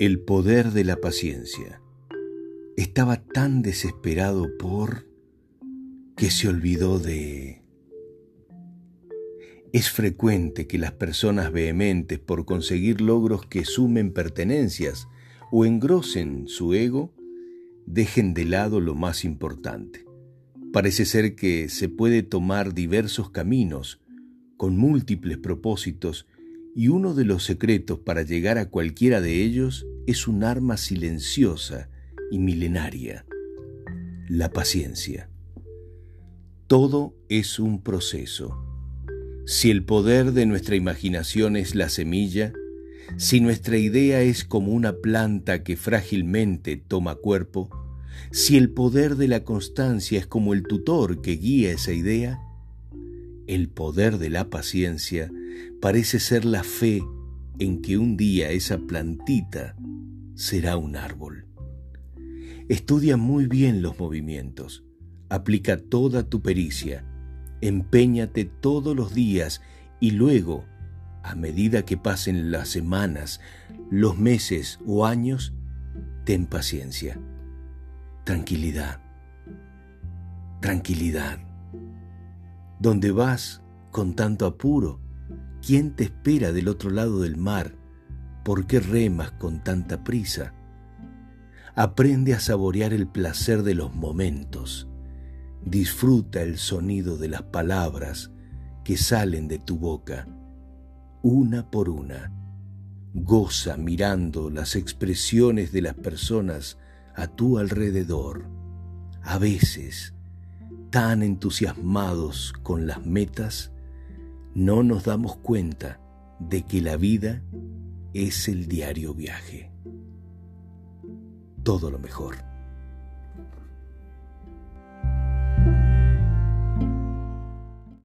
El poder de la paciencia. Estaba tan desesperado que se olvidó de... Es frecuente que las personas vehementes por conseguir logros que sumen pertenencias o engrosen su ego, dejen de lado lo más importante. Parece ser que se puede tomar diversos caminos con múltiples propósitos y uno de los secretos para llegar a cualquiera de ellos es un arma silenciosa y milenaria: la paciencia. Todo es un proceso. Si el poder de nuestra imaginación es la semilla, si nuestra idea es como una planta que frágilmente toma cuerpo, si el poder de la constancia es como el tutor que guía esa idea, el poder de la paciencia parece ser la fe en que un día esa plantita será un árbol. Estudia muy bien los movimientos, aplica toda tu pericia, empeñate todos los días y luego, a medida que pasen las semanas, los meses o años, ten paciencia. Tranquilidad. Tranquilidad. ¿Dónde vas con tanto apuro? ¿Quién te espera del otro lado del mar? ¿Por qué remas con tanta prisa? Aprende a saborear el placer de los momentos. Disfruta el sonido de las palabras que salen de tu boca, una por una. Goza mirando las expresiones de las personas a tu alrededor. A veces, tan entusiasmados con las metas, no nos damos cuenta de que la vida es el diario viaje. Todo lo mejor.